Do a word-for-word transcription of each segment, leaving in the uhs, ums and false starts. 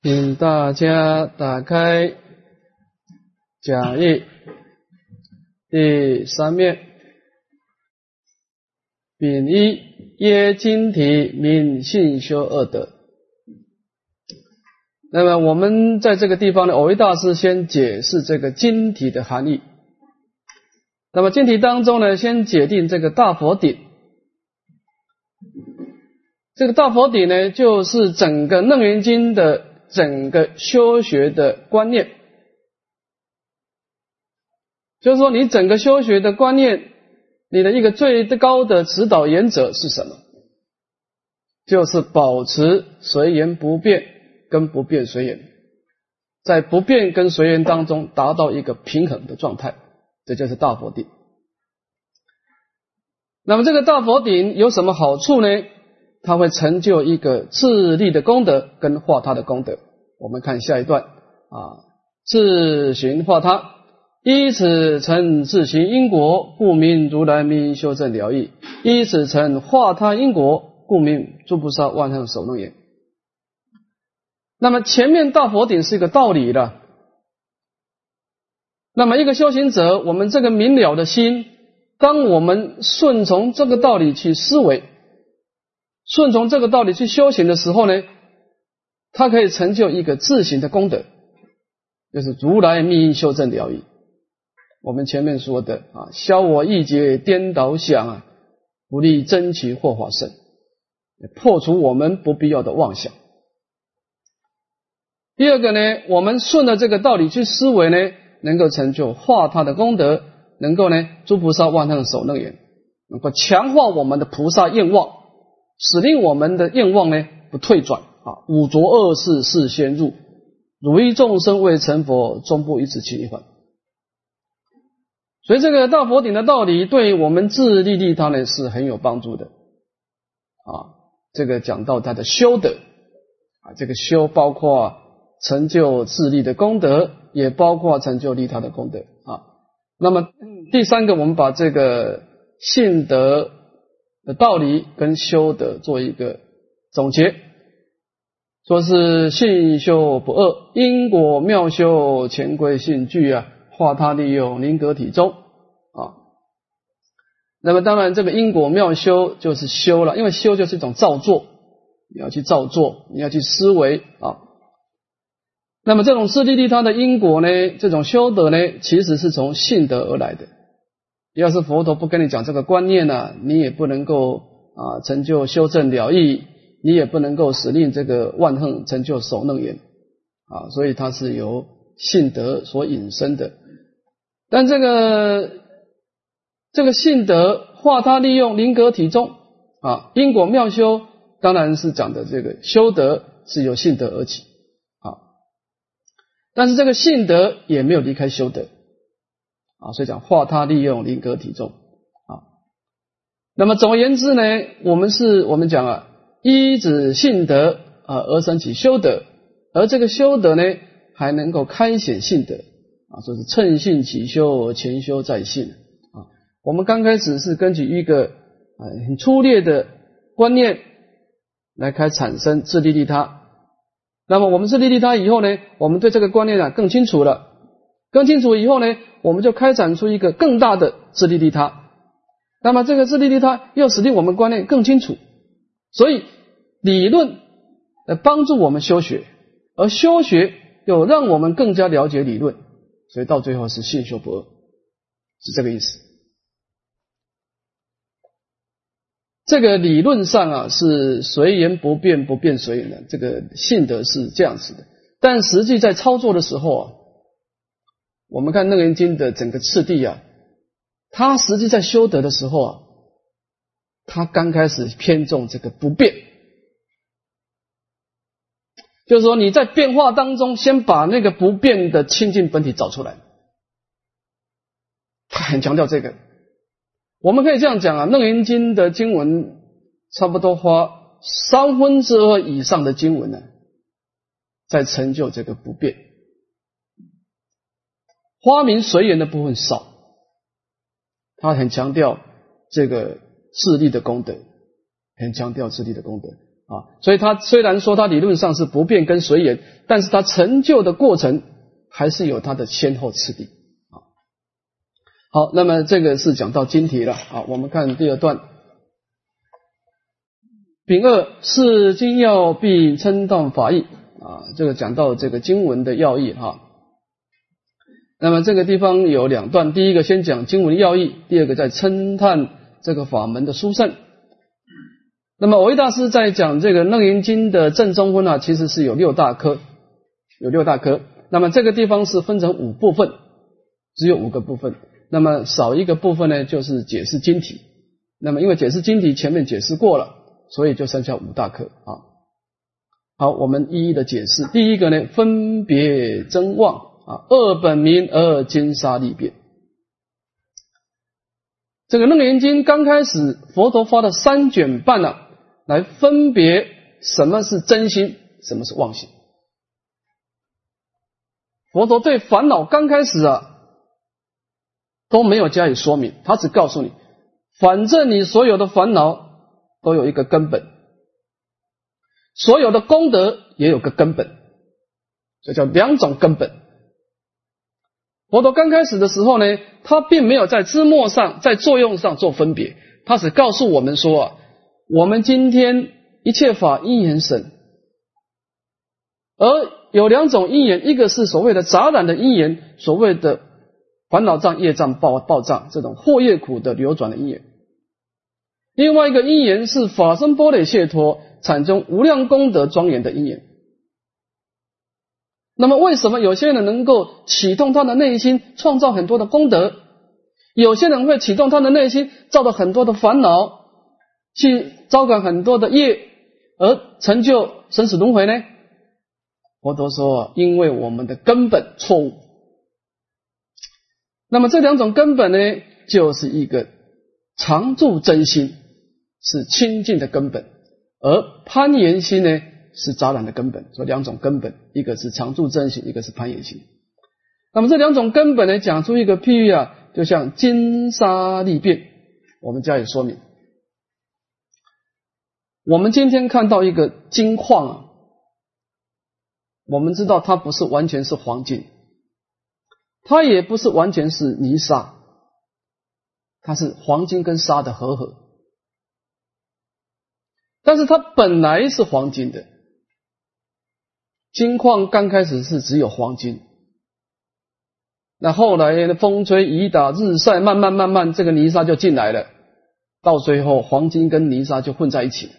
请大家打开讲义第三面，丙一耶经体名信修二德。那么我们在这个地方呢，蕅益大师先解释这个经体的含义。那么经体当中呢，先解定这个大佛顶。这个大佛顶呢，就是整个楞严经的整个修学的观念，就是说你整个修学的观念，你的一个最高的指导原则是什么？就是保持随缘不变跟不变随缘，在不变跟随缘当中达到一个平衡的状态，这就是大佛顶。那么这个大佛顶有什么好处呢？它会成就一个自利的功德跟化他的功德。我们看下一段啊，自行化他，依此成自行因果，故名如来密修正了义；依此成化他因果，故名诸菩萨万行首楞严。那么前面大佛顶是一个道理了。那么一个修行者，我们这个明了的心，当我们顺从这个道理去思维，顺从这个道理去修行的时候呢，它可以成就一个自行的功德，就是如来密修正了义。我们前面说的啊，消我意结颠倒想啊，不利真取惑法身，破除我们不必要的妄想。第二个呢，我们顺着这个道理去思维呢，能够成就化他的功德，能够呢诸菩萨万行首楞严，能够强化我们的菩萨愿望，使令我们的愿望呢不退转啊，五浊恶世事先入，如一众生未成佛，终不一直其一环。所以这个大佛顶的道理对我们自利利他呢是很有帮助的啊。这个讲到他的修德啊，这个修包括成就自利的功德，也包括成就利他的功德啊。那么第三个，我们把这个信德的道理跟修德做一个总结，说是信修不二，因果妙修，前归信具啊，化他利用，临格体中啊。那么当然这个因果妙修就是修了，因为修就是一种造作，你要去造作，你要去思维啊。那么这种自利利他的因果呢，这种修德呢，其实是从信德而来的。要是佛陀不跟你讲这个观念呢、啊，你也不能够啊成就修正了义，你也不能够使令这个万行成就首楞严啊，所以它是由信德所引申的。但这个这个信德化他利用，临格体中啊，因果妙修当然是讲的这个修德是由信德而起啊，但是这个信德也没有离开修德啊，所以讲化他利用，临格体中啊。那么总而言之呢，我们是我们讲啊，依止信德啊而生起修德，而这个修德呢，还能够开显信德啊，说是趁信起修，前修在信啊。我们刚开始是根据一个啊很粗略的观念来开产生自利利他，那么我们自利利他以后呢，我们对这个观念啊更清楚了，更清楚以后呢，我们就开展出一个更大的自利利他。那么这个自利利他又使令我们观念更清楚，所以理论来帮助我们修学，而修学又让我们更加了解理论，所以到最后是信修不二，是这个意思。这个理论上啊是随缘不变，不变随缘的，这个信德是这样子的，但实际在操作的时候啊，我们看楞严经的整个次第啊，他实际在修德的时候啊，他刚开始偏重这个不变，就是说你在变化当中先把那个不变的清净本体找出来，他很强调这个。我们可以这样讲啊，楞严经的经文差不多花三分之二以上的经文呢，在成就这个不变，花明随缘的部分少，他很强调这个自利的功德，很强调自利的功德啊，所以它虽然说它理论上是不变跟随缘，但是它成就的过程还是有它的先后次第啊。好，那么这个是讲到经题了啊，我们看第二段。丙二是经要并称道法义啊，这个讲到这个经文的要义哈。那么这个地方有两段，第一个先讲经文要义，第二个在称叹这个法门的殊胜。那么蕅益大师在讲这个楞严经的正中分啊，其实是有六大科，有六大科。那么这个地方是分成五部分，只有五个部分。那么少一个部分呢，就是解释经题。那么因为解释经题前面解释过了，所以就剩下五大科啊。好，我们一一的解释。第一个呢，分别真妄啊，二本名而经沙利别。这个楞严经刚开始，佛陀发了三卷半啊，来分别什么是真心，什么是妄心。佛陀对烦恼刚开始啊都没有加以说明，他只告诉你，反正你所有的烦恼都有一个根本，所有的功德也有个根本，这叫两种根本。佛陀刚开始的时候呢，他并没有在支末上，在作用上做分别，他只告诉我们说啊，我们今天一切法因缘生，而有两种因缘，一个是所谓的杂染的因缘，所谓的烦恼障、业障、报报障这种祸业苦的流转的因缘；另外一个因缘是法身般若解脱产生无量功德庄严的因缘。那么为什么有些人能够启动他的内心创造很多的功德，有些人会启动他的内心造了很多的烦恼，去招感很多的业，而成就生死轮回呢？佛陀说，因为我们的根本错误。那么这两种根本呢，就是一个常住真心是清净的根本，而攀缘心呢是杂染的根本。说两种根本，一个是常住真心，一个是攀缘心。那么这两种根本呢，讲出一个譬喻啊，就像金沙利变，我们加以说明。我们今天看到一个金矿啊，我们知道它不是完全是黄金，它也不是完全是泥沙，它是黄金跟沙的合合，但是它本来是黄金的。金矿刚开始是只有黄金，那后来风吹雨打日晒，慢慢慢慢这个泥沙就进来了，到最后黄金跟泥沙就混在一起了。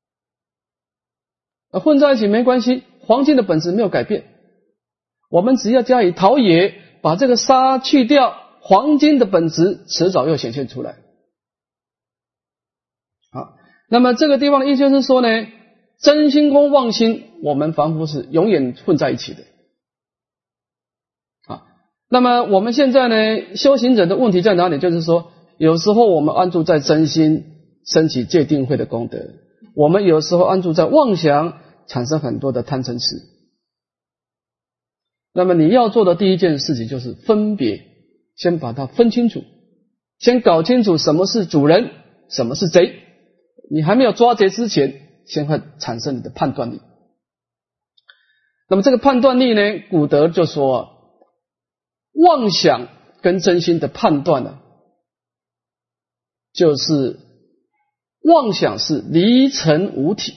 那混在一起没关系，黄金的本质没有改变，我们只要加以陶冶，把这个沙去掉，黄金的本质迟早又显现出来。好，那么这个地方的意思是说呢，真心跟妄心我们仿佛是永远混在一起的。啊，那么我们现在呢，修行者的问题在哪里？就是说有时候我们安住在真心，升起戒定慧的功德，我们有时候安住在妄想，产生很多的贪嗔痴。那么你要做的第一件事情就是分别，先把它分清楚，先搞清楚什么是主人，什么是贼。你还没有抓贼之前，先会产生你的判断力。那么这个判断力呢，古德就说，妄想跟真心的判断呢，就是妄想是离尘无体，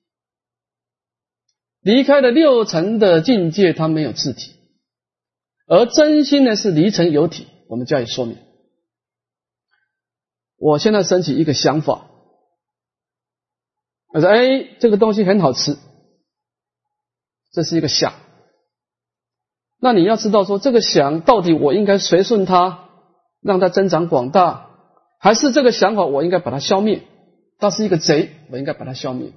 离开了六尘的境界，它没有自体；而真心呢是离尘有体。我们加以说明。我现在升起一个想法，我说哎，这个东西很好吃，这是一个想。那你要知道说，这个想到底我应该随顺它，让它增长广大，还是这个想法我应该把它消灭？它是一个贼，我应该把它消灭。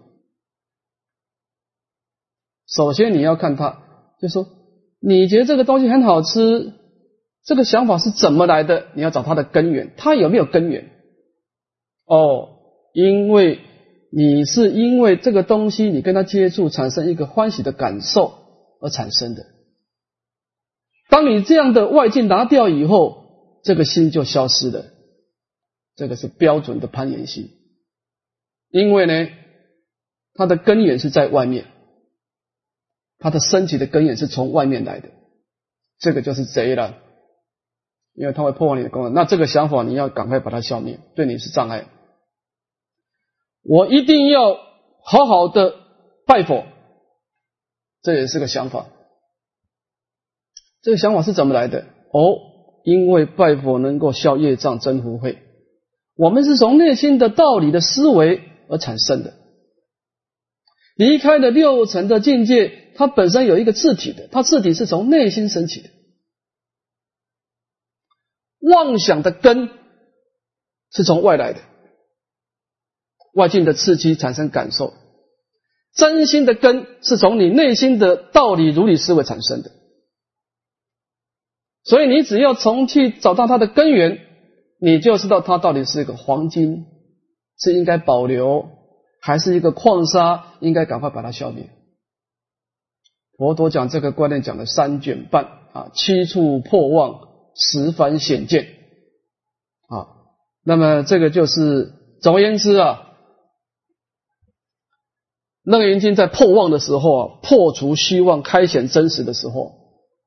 首先你要看它，就说你觉得这个东西很好吃，这个想法是怎么来的？你要找它的根源，它有没有根源？哦，因为你是因为这个东西你跟它接触产生一个欢喜的感受而产生的。当你这样的外境拿掉以后，这个心就消失了，这个是标准的攀缘心。因为呢， 它的根源是在外面，它的升起的根源是从外面来的，这个就是贼了，因为它会破坏你的功能。那这个想法你要赶快把它消灭，对你是障碍。我一定要好好的拜佛，这也是个想法。这个想法是怎么来的？哦，因为拜佛能够消业障、增福慧，我们是从内心的道理的思维而产生的。离开了六层的境界，它本身有一个自体的，它自体是从内心升起的。妄想的根是从外来的，外境的刺激产生感受。真心的根是从你内心的道理如理思维产生的。所以你只要从去找到它的根源，你就知道它到底是一个黄金，是应该保留，还是一个矿砂，应该赶快把它消灭。佛陀讲这个观念讲了三卷半啊，七处破妄，十番显见啊。那么这个就是总而言之啊，楞严经在破妄的时候啊，破除虚妄，开显真实的时候，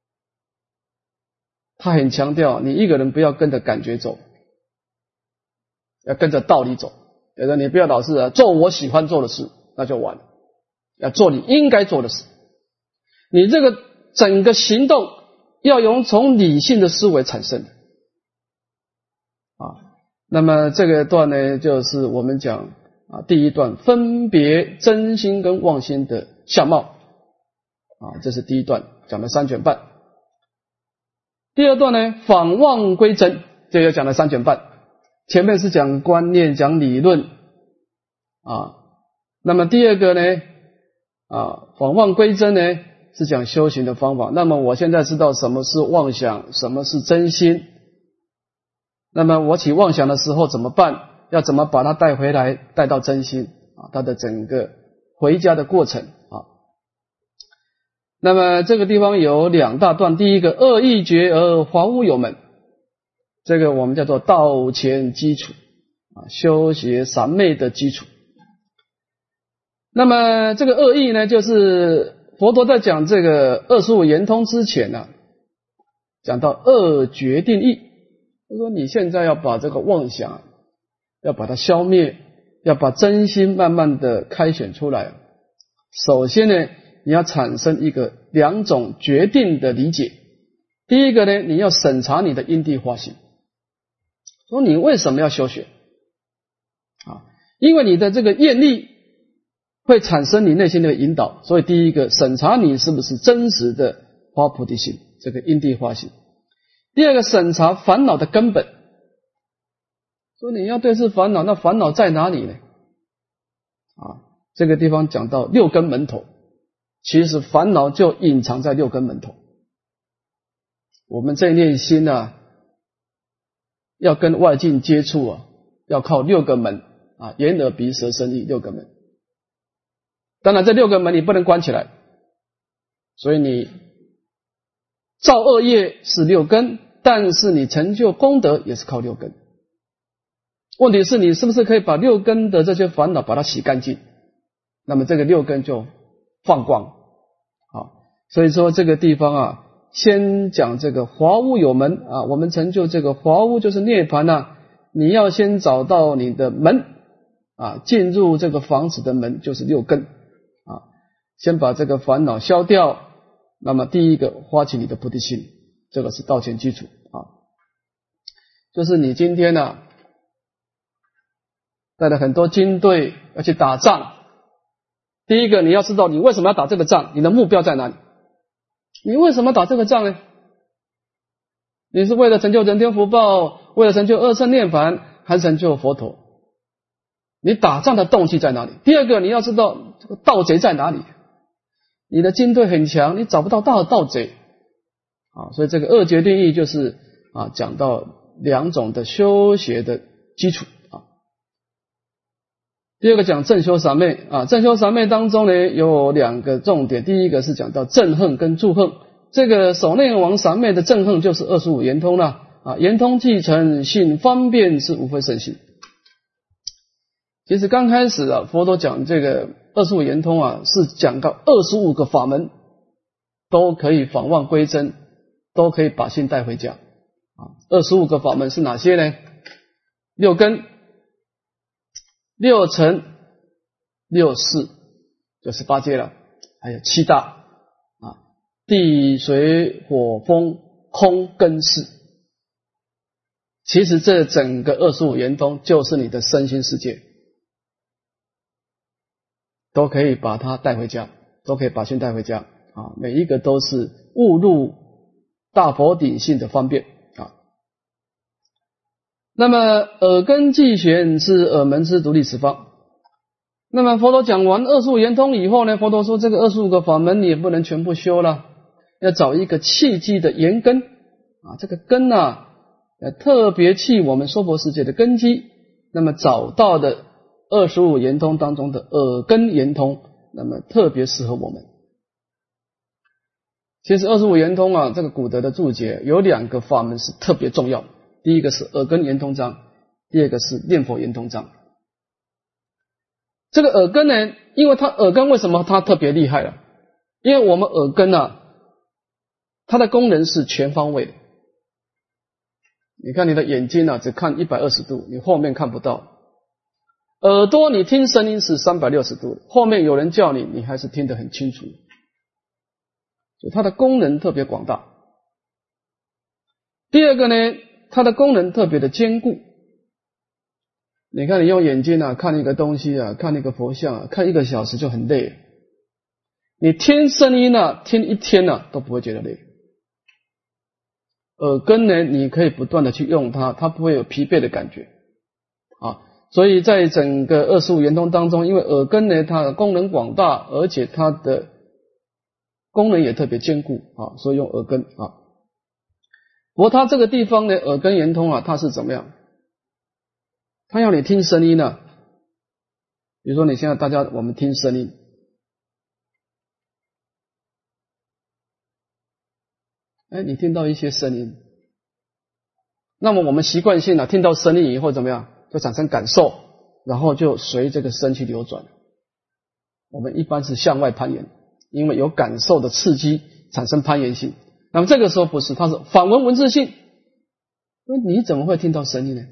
他很强调你一个人不要跟着感觉走，要跟着道理走。有的你不要老是啊做我喜欢做的事，那就完了，要做你应该做的事。你这个整个行动要由从理性的思维产生的啊。那么这个段呢，就是我们讲啊第一段分别真心跟妄心的相貌啊，这是第一段讲了三卷半。第二段呢，反妄归真，这又讲了三卷半。前面是讲观念，讲理论啊，那么第二个呢啊，反妄归真呢是讲修行的方法。那么我现在知道什么是妄想，什么是真心。那么我起妄想的时候怎么办？要怎么把它带回来，带到真心啊？它的整个回家的过程啊。那么这个地方有两大段，第一个恶意觉而华无有门，这个我们叫做道前基础啊，修学三昧的基础。那么这个恶意呢，就是佛陀在讲这个二十五圆通之前呢、啊，讲到二决定义，就说你现在要把这个妄想要把它消灭，要把真心慢慢的开显出来。首先呢，你要产生一个两种决定的理解。第一个呢，你要审查你的因地化性，说你为什么要修学啊？因为你的这个业力会产生你内心的引导，所以第一个审查你是不是真实的发菩提心，这个因地化性。第二个审查烦恼的根本，说你要对治烦恼，那烦恼在哪里呢？啊，这个地方讲到六根门头，其实烦恼就隐藏在六根门头。我们这念心啊，要跟外境接触啊，要靠六个门啊，眼耳鼻舌身意六个门。当然这六个门你不能关起来，所以你造恶业是六根，但是你成就功德也是靠六根。问题是你是不是可以把六根的这些烦恼把它洗干净，那么这个六根就放光。好，所以说这个地方啊，先讲这个华无有门啊，我们成就这个华无就是涅槃啊，你要先找到你的门啊，进入这个房子的门就是六根啊，先把这个烦恼消掉，那么第一个发起你的菩提心，这个是道前基础啊。就是你今天呢、啊、带了很多军队要去打仗，第一个你要知道你为什么要打这个仗，你的目标在哪里？你为什么打这个仗呢？你是为了成就人天福报，为了成就二乘涅槃，还是成就佛陀？你打仗的动机在哪里？第二个你要知道这个盗贼在哪里？你的军队很强，你找不到大的盗贼啊，所以这个二决定义就是啊讲到两种的修学的基础啊。第二个讲正修三昧啊，正修三昧当中呢有两个重点，第一个是讲到正恨跟助恨。这个首内王三昧的正恨就是二十五圆通了啊，圆通继承性方便是无非圣性。其实刚开始啊，佛陀讲这个二十五圆通啊，是讲到二十五个法门都可以返妄归真，都可以把心带回家啊。二十五个法门是哪些呢？六根、六尘、六识，就十八界了，还有七大啊，地水火风空根识。其实这整个二十五圆通就是你的身心世界，都可以把它带回家，都可以把心带回家啊！每一个都是悟入大佛顶性的方便啊。那么耳根寂玄是耳门之独立十方。那么佛陀讲完二十五圆通以后呢，佛陀说这个二十五个法门你也不能全部修了，要找一个契机的缘根啊，这个根啊。呃，特别契我们娑婆世界的根基，那么找到的二十五圆通当中的耳根圆通，那么特别适合我们。其实二十五圆通啊，这个古德的注解有两个法门是特别重要，第一个是耳根圆通章，第二个是念佛圆通章。这个耳根呢，因为它耳根为什么它特别厉害了？因为我们耳根啊，它的功能是全方位的。你看你的眼睛啊，只看一百二十度，你后面看不到。耳朵你听声音是三百六十度，后面有人叫你，你还是听得很清楚。所以它的功能特别广大。第二个呢，它的功能特别的坚固。你看你用眼睛啊看一个东西啊，看一个佛像啊，看一个小时就很累。你听声音啊，听一天啊都不会觉得累。耳根呢，你可以不断的去用它，它不会有疲惫的感觉啊。所以在整个二十五圆通当中，因为耳根呢，它的功能广大，而且它的功能也特别坚固啊，所以用耳根啊。不过它这个地方呢，耳根圆通啊，它是怎么样？它要你听声音啊，比如说你现在大家我们听声音。哎，你听到一些声音，那么我们习惯性啊，听到声音以后怎么样，就产生感受，然后就随这个声去流转。我们一般是向外攀岩，因为有感受的刺激产生攀岩性。那么这个时候不是，它是反闻文字性。那你怎么会听到声音呢？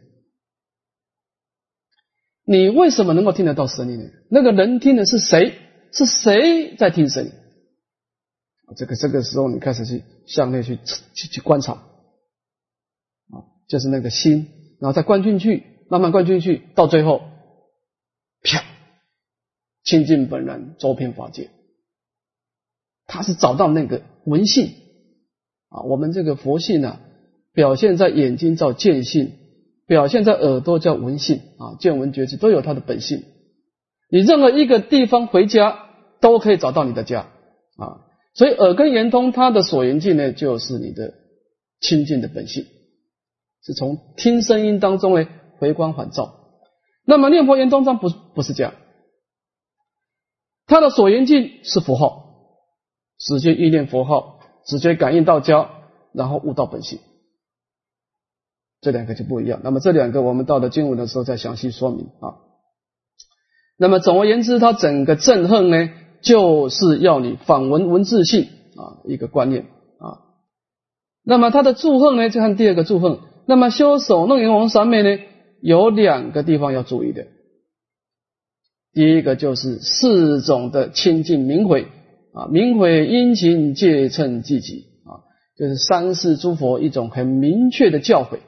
你为什么能够听得到声音呢？那个人听的是谁？是谁在听声音？这个这个时候你开始去向内去去去观察啊，就是那个心，然后再灌进去，慢慢灌进去，到最后啪，清净本然，周遍法界。他是找到那个闻性啊，我们这个佛性啊，表现在眼睛叫见性，表现在耳朵叫闻性啊，见闻觉知都有它的本性。你任何一个地方回家都可以找到你的家啊。所以耳根圆通它的所缘境呢，就是你的清净的本性，是从听声音当中呢回光返照。那么念佛圆通章不不是这样，它的所缘境是佛号，直接意念佛号，直接感应到家，然后悟到本性，这两个就不一样。那么这两个我们到了经文的时候再详细说明啊。那么总而言之，它整个正恨呢，就是要你反闻文字性啊，一个观念啊。那么它的助恨呢，就看第二个助恨。那么修手楞严王三昧呢，有两个地方要注意的。第一个就是四种的清净明慧啊，明慧殷勤戒称寂寂啊，就是三世诸佛一种很明确的教诲。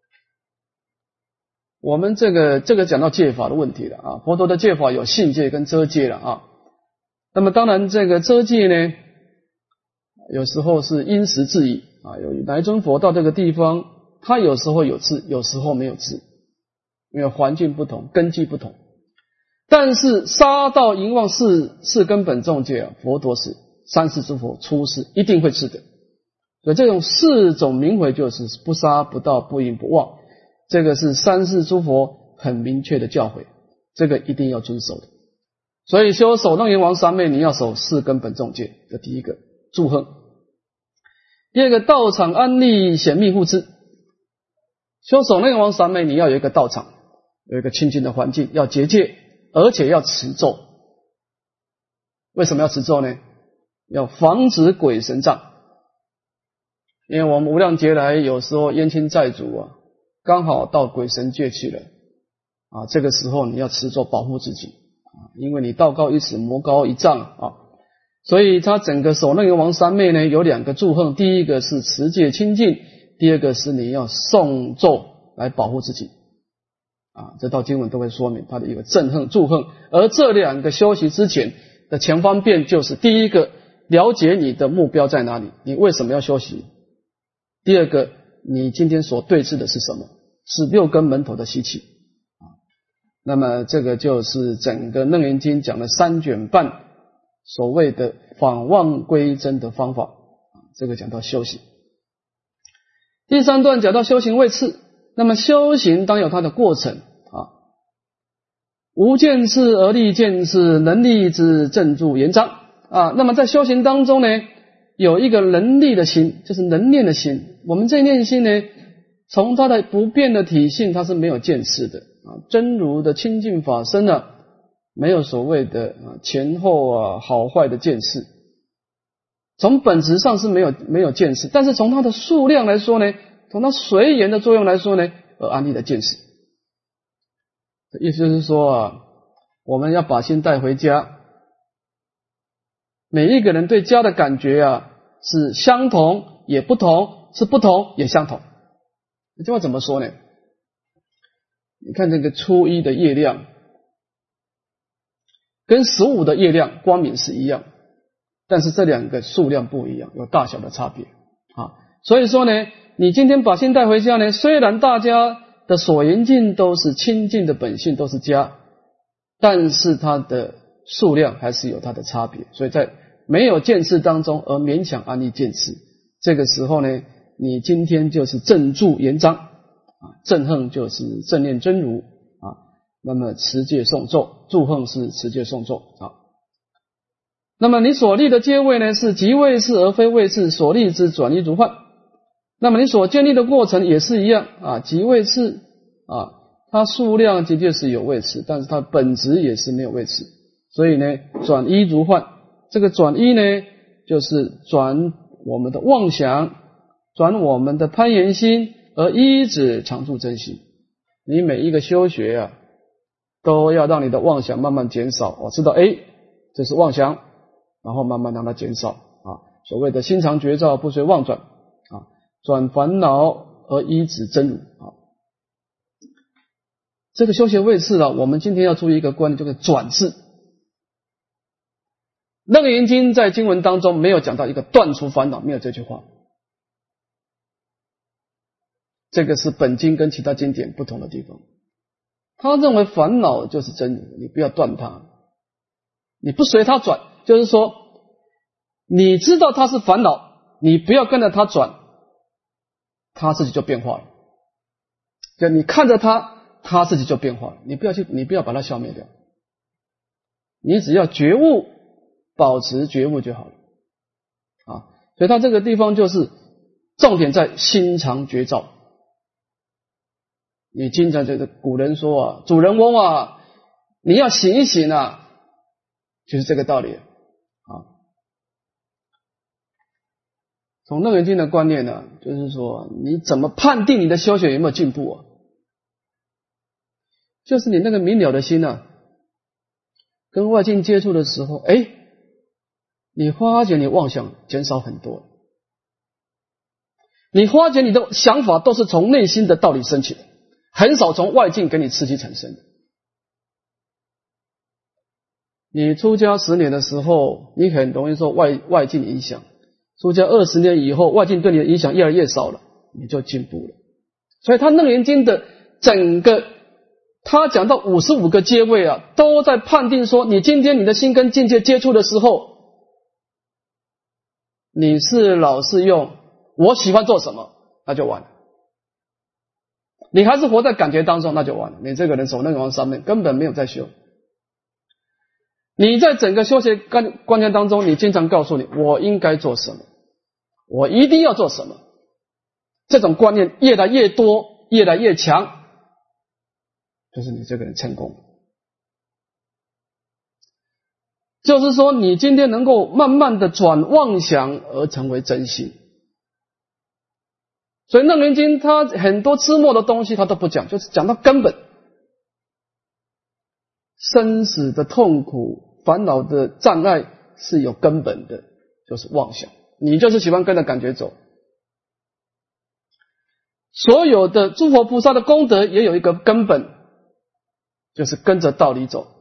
我们这个这个讲到戒法的问题了啊，佛陀的戒法有信戒跟遮戒了啊。那么当然这个遮戒呢，有时候是因时制宜啊，有哪一尊佛到这个地方，他有时候有治，有时候没有治，因为环境不同，根基不同。但是杀盗淫妄四四根本重戒啊，佛陀是三世诸佛出世一定会治的。所以这种四种明慧就是不杀不盗不淫不妄，这个是三世诸佛很明确的教诲，这个一定要遵守的。所以修守楞严王三昧，你要守四根本重戒，这第一个祝贺。第二个道场安立显密护持，修守楞严王三昧，你要有一个道场，有一个清净的环境，要结戒，而且要持咒为什么要持咒呢？要防止鬼神障。因为我们无量劫来有时候冤亲债主啊，刚好到鬼神界去了啊，这个时候你要持咒保护自己啊，因为你道高一尺，魔高一丈啊。所以他整个首楞严王三昧呢，有两个祝贺，第一个是持戒清净，第二个是你要诵咒来保护自己啊。这道经文都会说明它的一个憎恨祝贺。而这两个修习之前的前方便，就是第一个了解你的目标在哪里，你为什么要修习；第二个，你今天所对治的是什么，是六根门头的习气啊。那么这个就是整个楞严经讲了三卷半所谓的返妄归真的方法，这个讲到修行。第三段讲到修行位次，那么修行当有它的过程啊，无见智而立见智，能力之正助严章啊。那么在修行当中呢，有一个能力的心，就是能念的心。我们这念心呢，从它的不变的体性，它是没有见识的啊。真如的清净法身呢，没有所谓的前后啊好坏的见识，从本质上是没有没有见识，但是从它的数量来说呢，从它随缘的作用来说呢，而安立的见识。意思就是说啊，我们要把心带回家，每一个人对家的感觉啊是相同也不同，是不同也相同。这话怎么说呢？你看这个初一的月亮跟十五的月亮光明是一样，但是这两个数量不一样，有大小的差别啊。所以说呢，你今天把心带回家呢，虽然大家的所缘境都是清净的本性，都是家，但是它的数量还是有它的差别。所以在没有见识当中而勉强安立见识，这个时候呢，你今天就是正助严章啊，正恨就是正念真如啊，那么持戒诵咒，助恨是持戒诵咒啊。那么你所立的阶位呢，是即位次而非位次，所立之转移如幻。那么你所建立的过程也是一样啊，即位次啊，它数量的确是有位次，但是它本质也是没有位次，所以呢，转依如幻。这个转依呢，就是转我们的妄想，转我们的攀缘心，而依止常住真心。你每一个修学啊，都要让你的妄想慢慢减少。我知道，哎，这是妄想，然后慢慢让它减少啊。所谓的心常觉照，不随妄转啊，转烦恼而依止真如啊。这个修学位次啊，我们今天要注意一个观念，就是转字。楞严经在经文当中没有讲到一个断除烦恼，没有这句话。这个是本经跟其他经典不同的地方。他认为烦恼就是真如，你不要断它，你不随它转，就是说你知道它是烦恼，你不要跟着它转，它自己就变化了。就你看着它，它自己就变化了，你不要去，你不要把它消灭掉，你只要觉悟，保持觉悟就好了啊。所以它这个地方就是重点在心常觉照。你经常这个古人说啊，主人翁啊，你要醒一醒啊，就是这个道理啊。从楞严经的观念呢，就是说你怎么判定你的修学有没有进步啊？就是你那个明了的心啊，跟外境接触的时候，哎，你发觉你妄想减少很多，你发觉你的想法都是从内心的道理升起的，很少从外境给你刺激产生的。你出家十年的时候，你很容易受外外境影响，出家二十年以后，外境对你的影响越来越少了，你就进步了。所以他楞严经的整个他讲到五十五个阶位啊，都在判定说，你今天你的心跟境界接触的时候，你是老是用我喜欢做什么，那就完了。你还是活在感觉当中，那就完了。你这个人守楞严王三昧根本没有在修。你在整个修学观念当中，你经常告诉你我应该做什么，我一定要做什么，这种观念越来越多，越来越强，就是你这个人成功。 就是说你今天能够慢慢的转妄想而成为真心。所以楞严经它很多枝末的东西它都不讲，就是讲到根本。生死的痛苦、烦恼的障碍是有根本的，就是妄想。你就是喜欢跟着感觉走。所有的诸佛菩萨的功德也有一个根本，就是跟着道理走，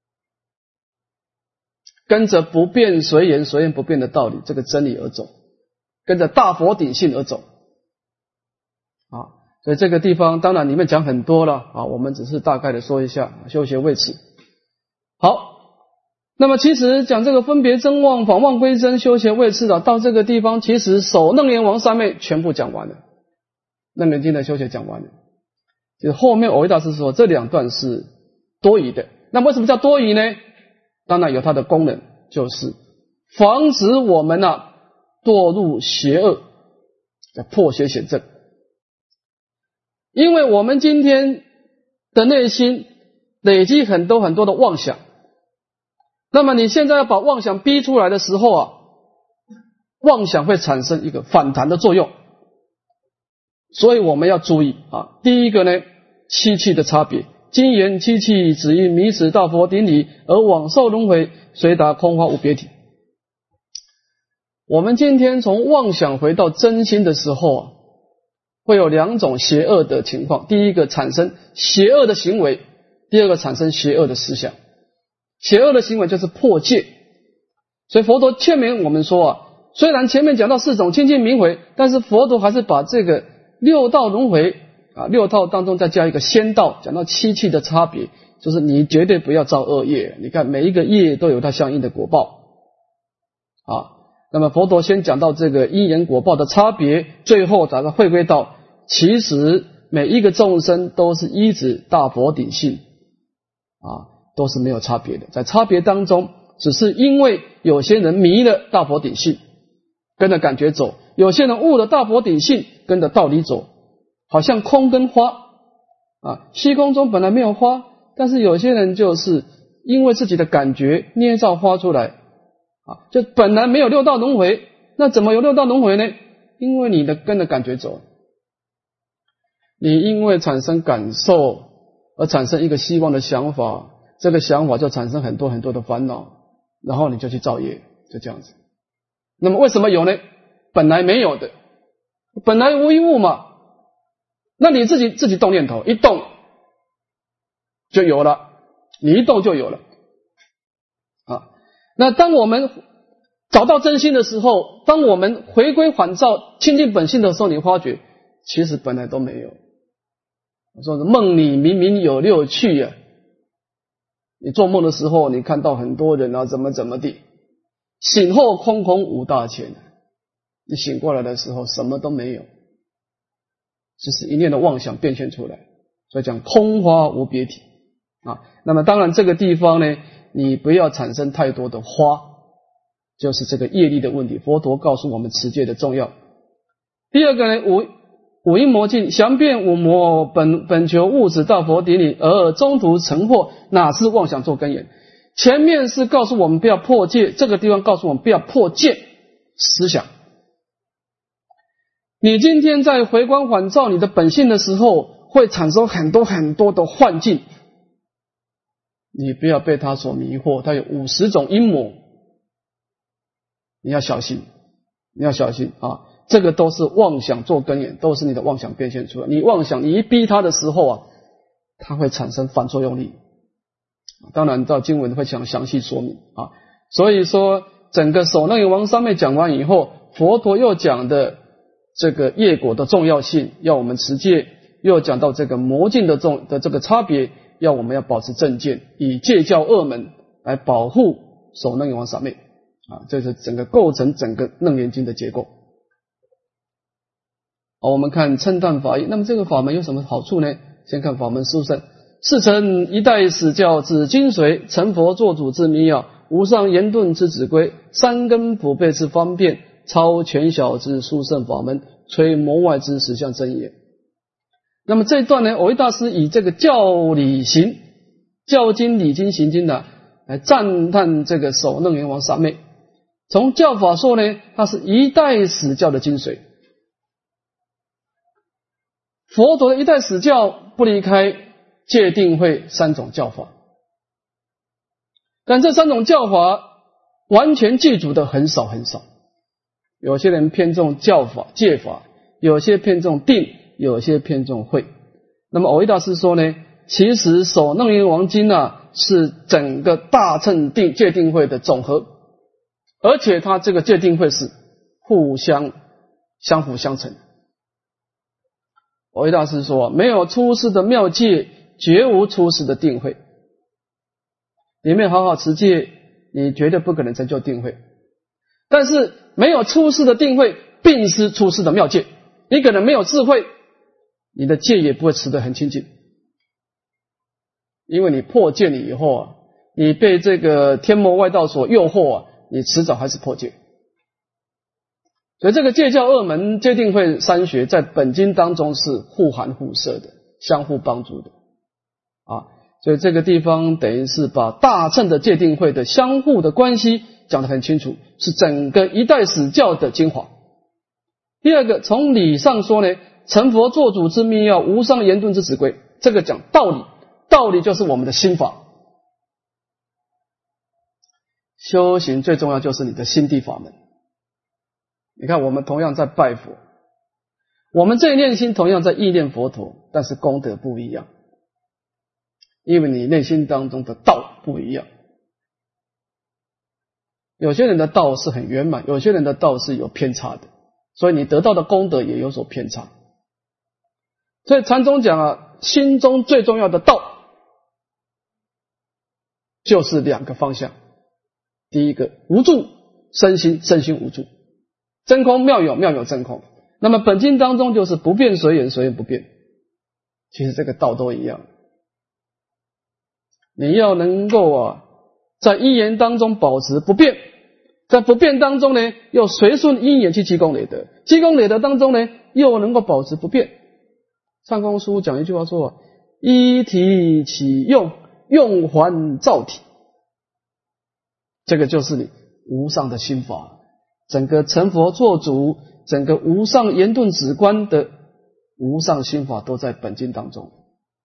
跟着不变随缘随缘不变的道理，这个真理而走，跟着大佛顶性而走啊。所以这个地方当然里面讲很多了啊，我们只是大概的说一下，修学为此。好，那么其实讲这个分别真妄、反妄归真、修学为次啊，到这个地方其实首楞严王三昧全部讲完了，楞严经的修学讲完了。就是后面藕益大师说这两段是多余的，那为什么叫多余呢？当然有它的功能，就是防止我们啊堕入邪恶，叫破邪显正。因为我们今天的内心累积很多很多的妄想，那么你现在要把妄想逼出来的时候啊，妄想会产生一个反弹的作用，所以我们要注意啊。第一个呢，七气的差别，今言七气只因迷此大佛顶礼，而往受轮回，虽达空花无别体。我们今天从妄想回到真心的时候啊，会有两种邪恶的情况，第一个产生邪恶的行为，第二个产生邪恶的思想。邪恶的行为就是破戒，所以佛陀劝勉我们说啊，虽然前面讲到四种清净明回，但是佛陀还是把这个六道轮回啊，六道当中再加一个仙道，讲到七气的差别，就是你绝对不要造恶业，你看每一个业都有它相应的果报啊。那么佛陀先讲到这个因缘果报的差别，最后才会回归到其实每一个众生都是依止大佛顶性啊，都是没有差别的。在差别当中，只是因为有些人迷了大佛顶性，跟着感觉走，有些人悟了大佛顶性，跟着道理走，好像空跟花啊，虚空中本来没有花，但是有些人就是因为自己的感觉捏造花出来啊，就本来没有六道轮回，那怎么有六道轮回呢？因为你的跟着感觉走，你因为产生感受而产生一个希望的想法，这个想法就产生很多很多的烦恼，然后你就去造业，就这样子。那么为什么有呢？本来没有的，本来无一物嘛，那你自己自己动念头，一动就有了，你一动就有了啊。那当我们找到真心的时候，当我们回归反照清净本性的时候，你发觉其实本来都没有。我说梦里明明有六趣啊，你做梦的时候你看到很多人啊怎么怎么地，醒后空空无大千，你醒过来的时候什么都没有，只是一念的妄想变现出来，所以讲空花无别体啊。那么当然这个地方呢，你不要产生太多的花，就是这个业力的问题。佛陀告诉我们持戒的重要。第二个呢，五五阴魔境，详辨五魔本本求物质大佛顶礼，而中途成惑，哪是妄想作根源？前面是告诉我们不要破戒，这个地方告诉我们不要破戒思想。你今天在回光返照你的本性的时候，会产生很多很多的幻境，你不要被它所迷惑，它有五十种阴魔，你要小心，你要小心啊！这个都是妄想做根源，都是你的妄想变现出来。你妄想，你一逼它的时候啊，它会产生反作用力。当然，到经文会讲详细说明啊。所以说，整个首楞严王三昧讲完以后，佛陀又讲的这个业果的重要性，要我们持戒；又讲到这个魔境的重的这个差别，要我们要保持正见，以戒教二门来保护首楞严王三昧啊。这是整个构成整个楞严经的结构。好，我们看称叹法义。那么这个法门有什么好处呢？先看法门殊胜。世成一代始教之精髓，成佛作主之迷要，无上言顿之指归，三根普被之方便，超权小之殊胜法门，摧魔外之实相真也。那么这一段呢，藕益大师以这个教理行、教经理经行经呢， 来赞叹这个首楞严王三昧。从教法说呢，它是一代史教的精髓。佛陀的一代史教不离开戒定慧三种教法，但这三种教法完全记住的很少很少。有些人偏重教法戒法，有些偏重定，有些偏重慧。那么藕益大师说呢，其实首楞严王经啊是整个大乘定戒定慧的总和，而且它这个戒定慧是互相相辅相成。藕益大师说，没有出世的妙戒，绝无出世的定慧。你没有好好持戒，你绝对不可能成就定慧。但是没有出世的定慧，并失出世的妙戒。你可能没有智慧，你的戒也不会持得很清净，因为你破戒了以后啊，你被这个天魔外道所诱惑啊，你迟早还是破戒。所以这个戒教二门戒定慧三学在本经当中是互含互摄的，相互帮助的啊。所以这个地方等于是把大乘的戒定慧的相互的关系讲得很清楚，是整个一代史教的精华。第二个，从理上说呢，成佛作主之密要，无上言顿之旨归，这个讲道理，道理就是我们的心法。修行最重要就是你的心地法门。你看我们同样在拜佛，我们这一念心同样在意念佛陀，但是功德不一样，因为你内心当中的道不一样。有些人的道是很圆满，有些人的道是有偏差的，所以你得到的功德也有所偏差。所以禅宗讲啊，心中最重要的道就是两个方向。第一个无住身心，身心无住，真空妙有，妙有真空。那么本经当中就是不变随缘，随缘不变，其实这个道都一样。你要能够啊，在因缘当中保持不变，在不变当中呢，又随顺因缘去积功累德，积功累德当中呢，又能够保持不变。上公书讲一句话说，依体起用，用还造体，这个就是你无上的心法。整个成佛作主，整个无上言顿止观的无上心法都在本经当中，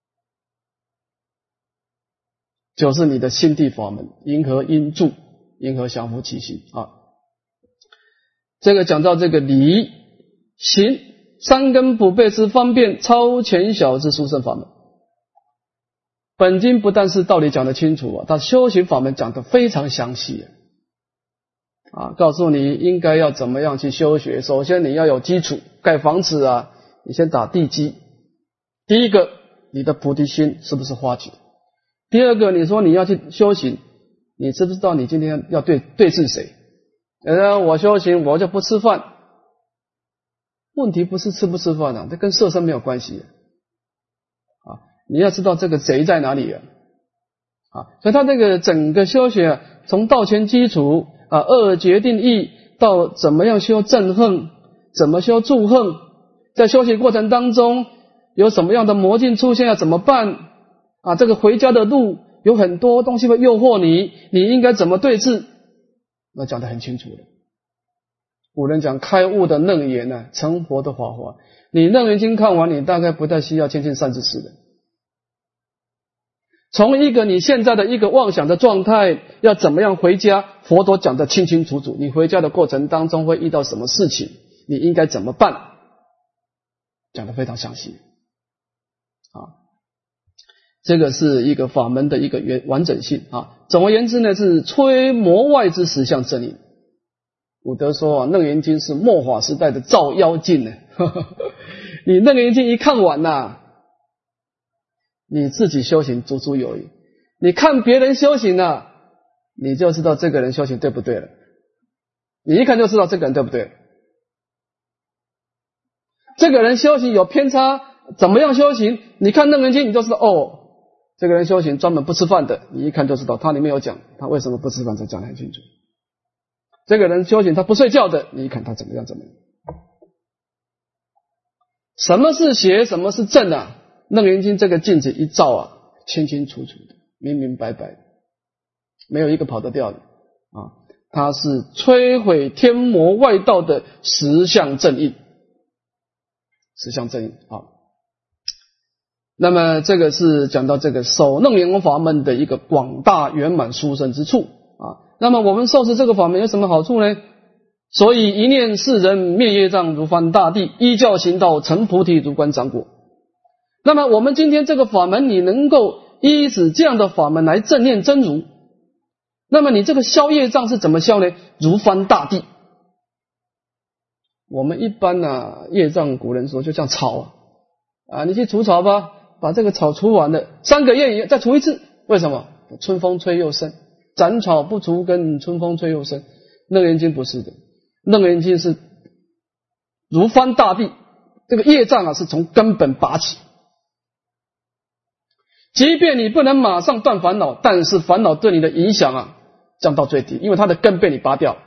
就是你的心地法门，因何因住，因何降伏其心啊。这个讲到这个理行三根普被之方便超浅小之殊胜法门，本经不但是道理讲得清楚啊，它修行法门讲得非常详细啊，告诉你应该要怎么样去修学。首先你要有基础，盖房子啊，你先打地基。第一个，你的菩提心是不是发起？第二个，你说你要去修行，你知不知道你今天要对对治谁？呃，我修行我就不吃饭，问题不是吃不吃饭啊，这跟色身没有关系啊。你要知道这个贼在哪里啊。啊，所以他这个整个修学啊，从道前基础啊，二决定义到怎么样修正恨，怎么修助恨，在修行过程当中有什么样的魔境出现要怎么办啊？这个回家的路有很多东西会诱惑你，你应该怎么对治？那讲得很清楚了。古人讲开悟的楞严啊，成佛的法华。你楞严经看完，你大概不太需要亲近善知识的。从一个你现在的一个妄想的状态，要怎么样回家，佛陀讲得清清楚楚。你回家的过程当中会遇到什么事情，你应该怎么办，讲得非常详细啊。这个是一个法门的一个完整性啊。总而言之呢，是摧魔外之实相真理。古德说啊，楞严经是末法时代的照妖镜呢。你楞严经一看完呐、啊，你自己修行足足有余。你看别人修行啊，你就知道这个人修行对不对了。你一看就知道这个人对不对了。这个人修行有偏差，怎么样修行？你看楞严经你就知道，哦，这个人修行专门不吃饭的，你一看就知道，他里面有讲他为什么不吃饭，才讲得很清楚。这个人修行他不睡觉的，你一看他怎么样怎么样。什么是邪，什么是正啊？楞严经这个镜子一照啊，清清楚楚的，明明白白的没有一个跑得掉的啊。它是摧毁天魔外道的十相正印，十相正印啊。那么这个是讲到这个守楞严法门的一个广大圆满殊胜之处啊。那么我们受持这个法门有什么好处呢？所以一念世人灭业障如翻大地，依教行道成菩提如观掌果。那么我们今天这个法门，你能够依止这样的法门来正念真如，那么你这个消业障是怎么消呢？如翻大地。我们一般啊，业障古人说就像草啊，啊，你去除草吧，把这个草除完了，三个月以后再除一次，为什么？春风吹又生，斩草不除根，春风吹又生。楞严经不是的，楞严经是如翻大地，这个业障啊是从根本拔起。即便你不能马上断烦恼，但是烦恼对你的影响啊降到最低，因为它的根被你拔掉，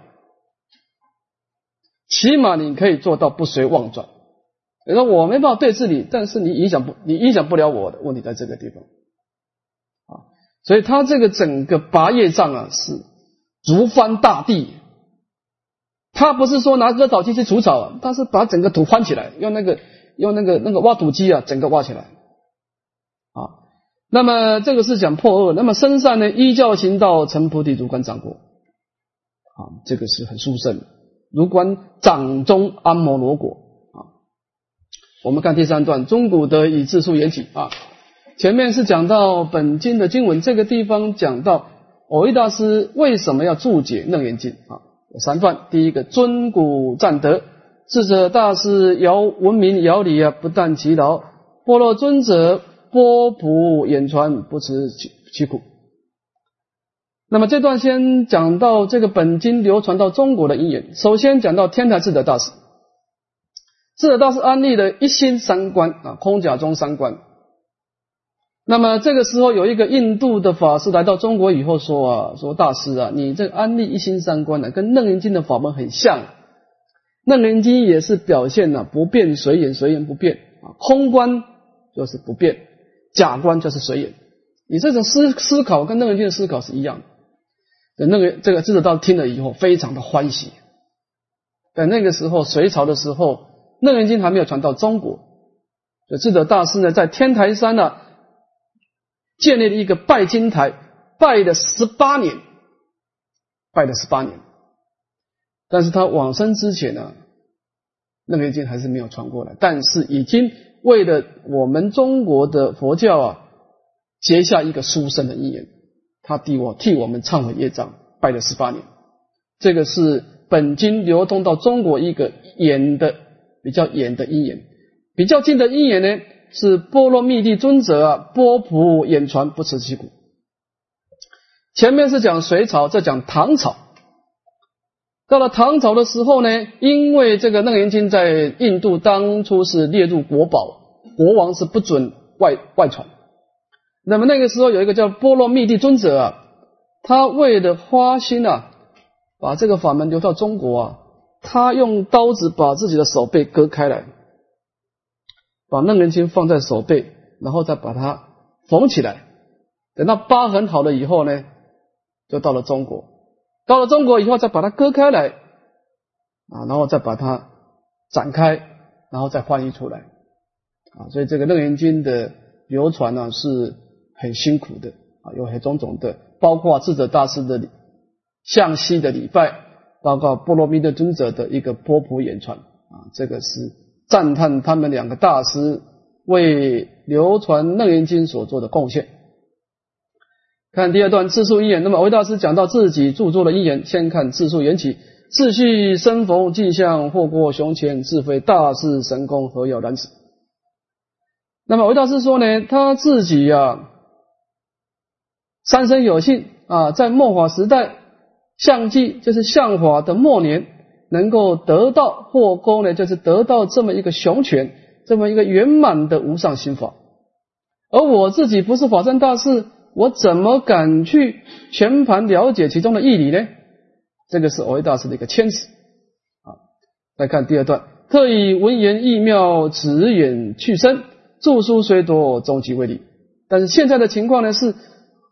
起码你可以做到不随妄转。你说我没办法对治你，但是你影响不你影响不了我的，问题在这个地方啊。所以它这个整个拔业障啊是如翻大地，它不是说拿割草机去除草啊，它是把整个土翻起来，用那个用那个那个挖土机啊整个挖起来啊。那么这个是讲破恶，那么生善呢，依教行道成菩提如观掌果啊，这个是很殊胜，如观掌中阿摩罗果啊。我们看第三段，中古德以自述言起啊。前面是讲到本经的经文，这个地方讲到蕅益大师为什么要注解楞严经啊？有三段，第一个尊古赞德，智者大师遥闻名遥礼啊，不但其劳，般若尊者波普演传，不辞其苦。那么这段先讲到这个本经流传到中国的因缘。首先讲到天台智德大师，智德大师安立了一心三观啊，空假中三观。那么这个时候有一个印度的法师来到中国以后说啊，说大师啊，你这安立一心三观啊，跟楞严经的法门很像。楞严经也是表现了、啊、不变随缘，随缘不变啊，空观就是不变，假观就是随缘。你这种思思考跟楞严经的思考是一样的。等那个这个智者大师听了以后非常的欢喜。等那个时候隋朝的时候，楞严经还没有传到中国，所以智者大师呢在天台山呢、啊、建立了一个拜经台，拜了十八年，拜了十八年。但是他往生之前呢、啊，楞严经还是没有传过来，但是已经为了我们中国的佛教啊结下一个殊胜的因缘。他替我替我们忏悔业障，拜了十八年。这个是本经流通到中国一个远的比较远的因缘。比较近的因缘呢，是波罗蜜地尊者啊，波普演传，不辞其苦。前面是讲隋朝，再讲唐朝。到了唐朝的时候呢，因为这个楞严经在印度当初是列入国宝，国王是不准外外传。那么那个时候有一个叫波罗蜜地尊者啊，他为了花心啊，把这个法门流到中国啊，他用刀子把自己的手背割开来，把楞严经放在手背，然后再把它缝起来。等到疤痕好了以后呢，就到了中国。到了中国以后再把它割开来啊，然后再把它展开，然后再翻译出来啊。所以这个楞严经的流传呢、啊、是很辛苦的啊，有很种种的，包括智者大师的向西的礼拜，包括波罗蜜多尊者的一个波普演传啊，这个是赞叹他们两个大师为流传楞严经所做的贡献。看第二段自述因缘，那么蕅益大师讲到自己著作的因缘，先看自述缘起，自序生逢迹象，或过雄前，自非大士神功，何有然此。那么蕅益大师说呢，他自己啊三生有幸啊，在末法时代，相继就是相法的末年，能够得到或功呢，就是得到这么一个雄权，这么一个圆满的无上心法。而我自己不是法身大士，我怎么敢去全盘了解其中的义理呢？这个是蕅益大师的一个谦词啊。再看第二段，特以文言义妙，直远去深，著书虽多，终其未立。但是现在的情况呢是，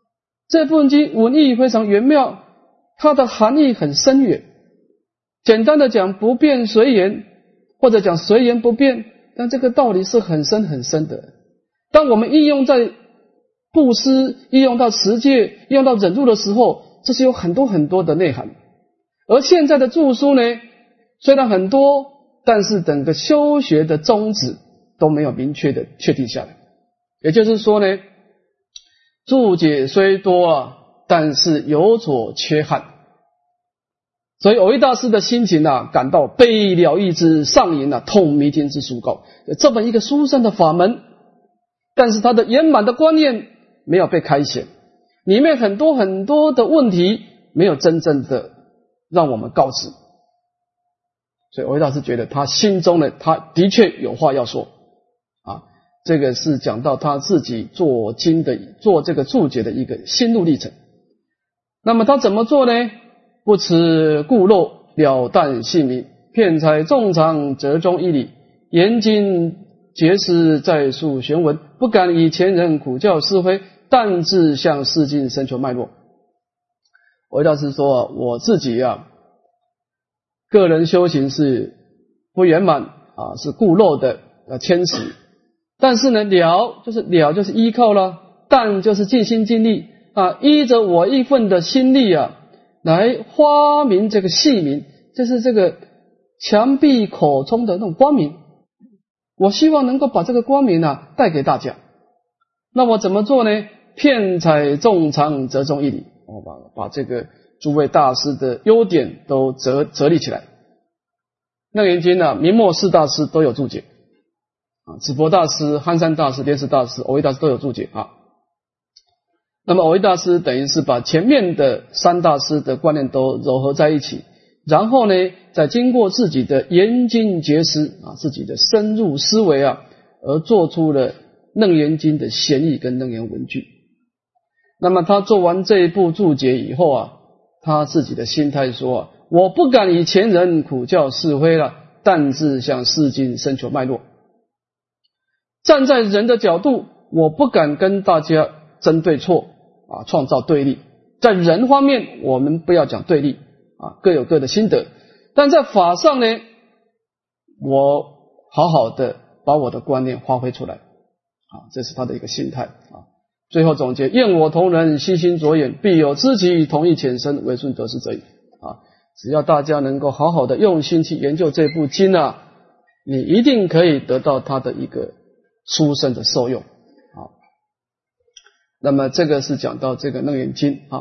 这部经文义非常圆妙，它的含义很深远。简单的讲，不变随缘，或者讲随缘不变，但这个道理是很深很深的。当我们应用在布施、应用到持戒、应用到忍辱的时候，这是有很多很多的内涵。而现在的著书呢，虽然很多，但是整个修学的宗旨都没有明确的确定下来。也就是说呢，注解虽多啊，但是有所缺憾。所以藕益大师的心情啊，感到悲了义之上淫啊，痛弥天之殊高。这么一个殊胜的法门，但是他的圆满的观念没有被开显，里面很多很多的问题没有真正的让我们告知。所以藕益大师觉得他心中呢，他的确有话要说啊。这个是讲到他自己做经的做这个注解的一个心路历程。那么他怎么做呢？不持故漏，了断性命，遍采众长，折中一理，严经结识，在述玄文，不敢以前人苦教是非，但自向世境深求脉络。藕益大师说，我自己啊，个人修行是不圆满啊，是故漏的呃牵持。但是呢，了就是了就是依靠了，但就是尽心尽力啊，依着我一份的心力啊，来发明这个细明，就是这个墙壁口中的那种光明。我希望能够把这个光明啊带给大家。那我怎么做呢？遍采众长，折中一理，我把把这个诸位大师的优点都折折立起来。楞严经啊，明末四大师都有注解啊，智婆大师、憨山大师、莲池大师、藕益大师都有注解啊。那么藕益大师等于是把前面的三大师的观念都糅合在一起，然后呢，再经过自己的研经结识啊，自己的深入思维啊，而做出了楞严经的贤义跟楞严文句。那么他做完这一部注解以后啊，他自己的心态说啊，我不敢以前人苦教是非了，但自向世经深求脉络。站在人的角度，我不敢跟大家争对错啊，创造对立。在人方面，我们不要讲对立啊，各有各的心得。但在法上呢，我好好的把我的观念发挥出来啊，这是他的一个心态啊。最后总结，愿我同仁悉心着眼，必有知其同意浅深，为顺得失者矣啊。只要大家能够好好的用心去研究这部经啊，你一定可以得到它的一个殊胜的受用啊。那么这个是讲到这个楞严经啊。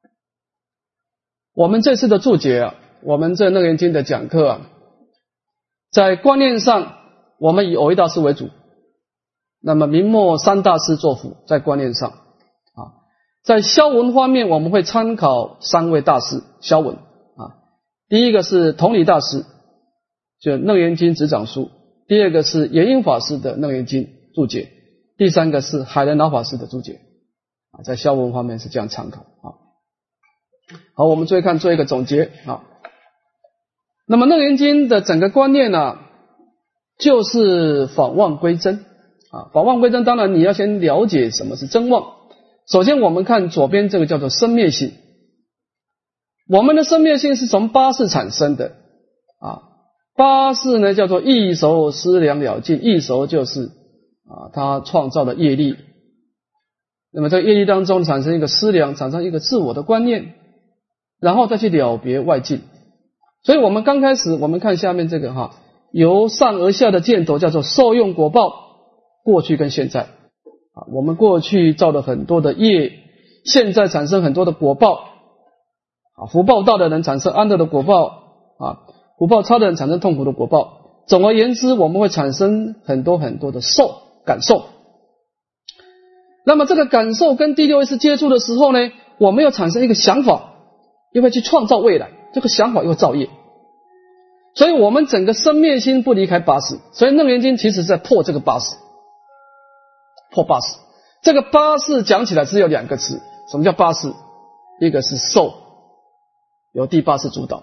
我们这次的注解啊，我们这楞严经的讲课啊，在观念上我们以藕益大师为主，那么明末三大师作辅，在观念上啊。在消文方面，我们会参考三位大师消文啊。第一个是同理大师，就楞严经执掌书；第二个是延英法师的楞严经注解；第三个是海仁老法师的注解啊。在消文方面是这样参考啊。好，我们最后看做一个总结啊。那么楞严经的整个观念呢、啊，就是返妄归真啊。返妄归真，当然你要先了解什么是真妄。首先我们看左边这个叫做生灭性，我们的生灭性是从八识产生的啊。八识呢叫做异熟思量了尽，异熟就是啊它创造的业力。那么在业力当中产生一个思量，产生一个自我的观念，然后再去了别外境。所以我们刚开始我们看下面这个哈，由上而下的箭头叫做受用果报，过去跟现在啊，我们过去造了很多的业，现在产生很多的果报啊，福报大的人产生安乐的果报啊，福报差的人产生痛苦的果报。总而言之，我们会产生很多很多的受感受。那么这个感受跟第六意识接触的时候呢，我们要产生一个想法，又会去创造未来，这个想法又会造业。所以我们整个生灭心不离开八识，所以楞严经其实是在破这个八识，破八识。这个八识讲起来只有两个字，什么叫八识？一个是受，由第八识主导。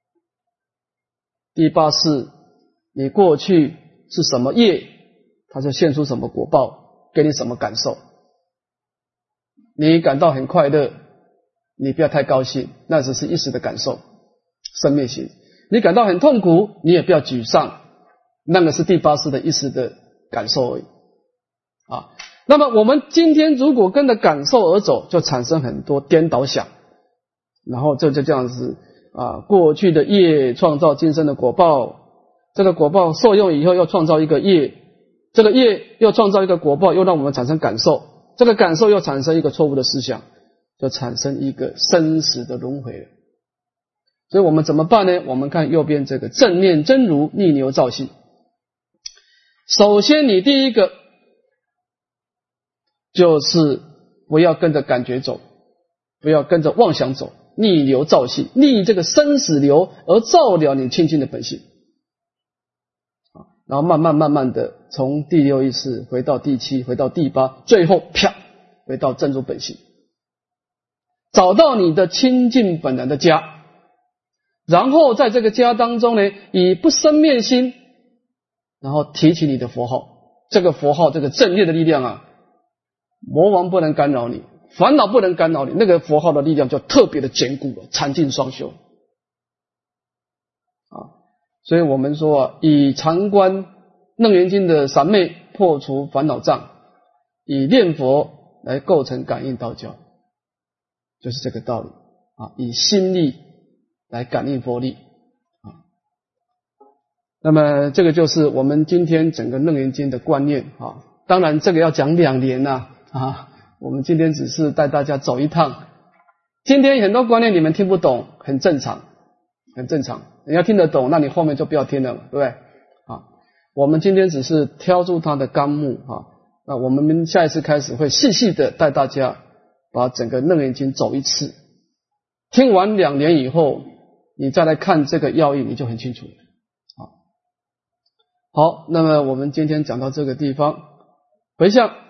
第八识你过去是什么业，它就现出什么果报，给你什么感受。 你感到很快乐，你不要太高兴，那只是一时的感受，生灭心。你感到很痛苦，你也不要沮丧，那个是第八识的一时的感受而已啊。那么我们今天如果跟着感受而走，就产生很多颠倒想，然后这就这样子啊，过去的业创造今生的果报，这个果报受用以后又创造一个业，这个业又创造一个果报，又让我们产生感受，这个感受又产生一个错误的思想，就产生一个生死的轮回了。所以我们怎么办呢？我们看右边这个正念真如逆流造性。首先你第一个就是不要跟着感觉走，不要跟着妄想走，逆流造性，逆这个生死流而造了你清净的本性。然后慢慢慢慢的从第六意识回到第七，回到第八，最后啪回到真如本性，找到你的清净本然的家。然后在这个家当中呢，以不生灭心，然后提起你的佛号，这个佛号这个正念的力量啊，魔王不能干扰你，烦恼不能干扰你，那个佛号的力量就特别的坚固了，禅净双修啊。所以我们说啊，以禅观楞严经的三昧破除烦恼障，以念佛来构成感应道交，就是这个道理啊。以心力来感应佛力啊。那么这个就是我们今天整个楞严经的观念啊。当然这个要讲两年呐 啊, 啊，我们今天只是带大家走一趟。今天很多观念你们听不懂，很正常，很正常。你要听得懂，那你后面就不要听了，对不对？啊，我们今天只是挑出它的纲目啊。那我们下一次开始会细细的带大家把整个楞严经走一次。听完两年以后，你再来看这个要义，你就很清楚了。好，好，那么我们今天讲到这个地方，回向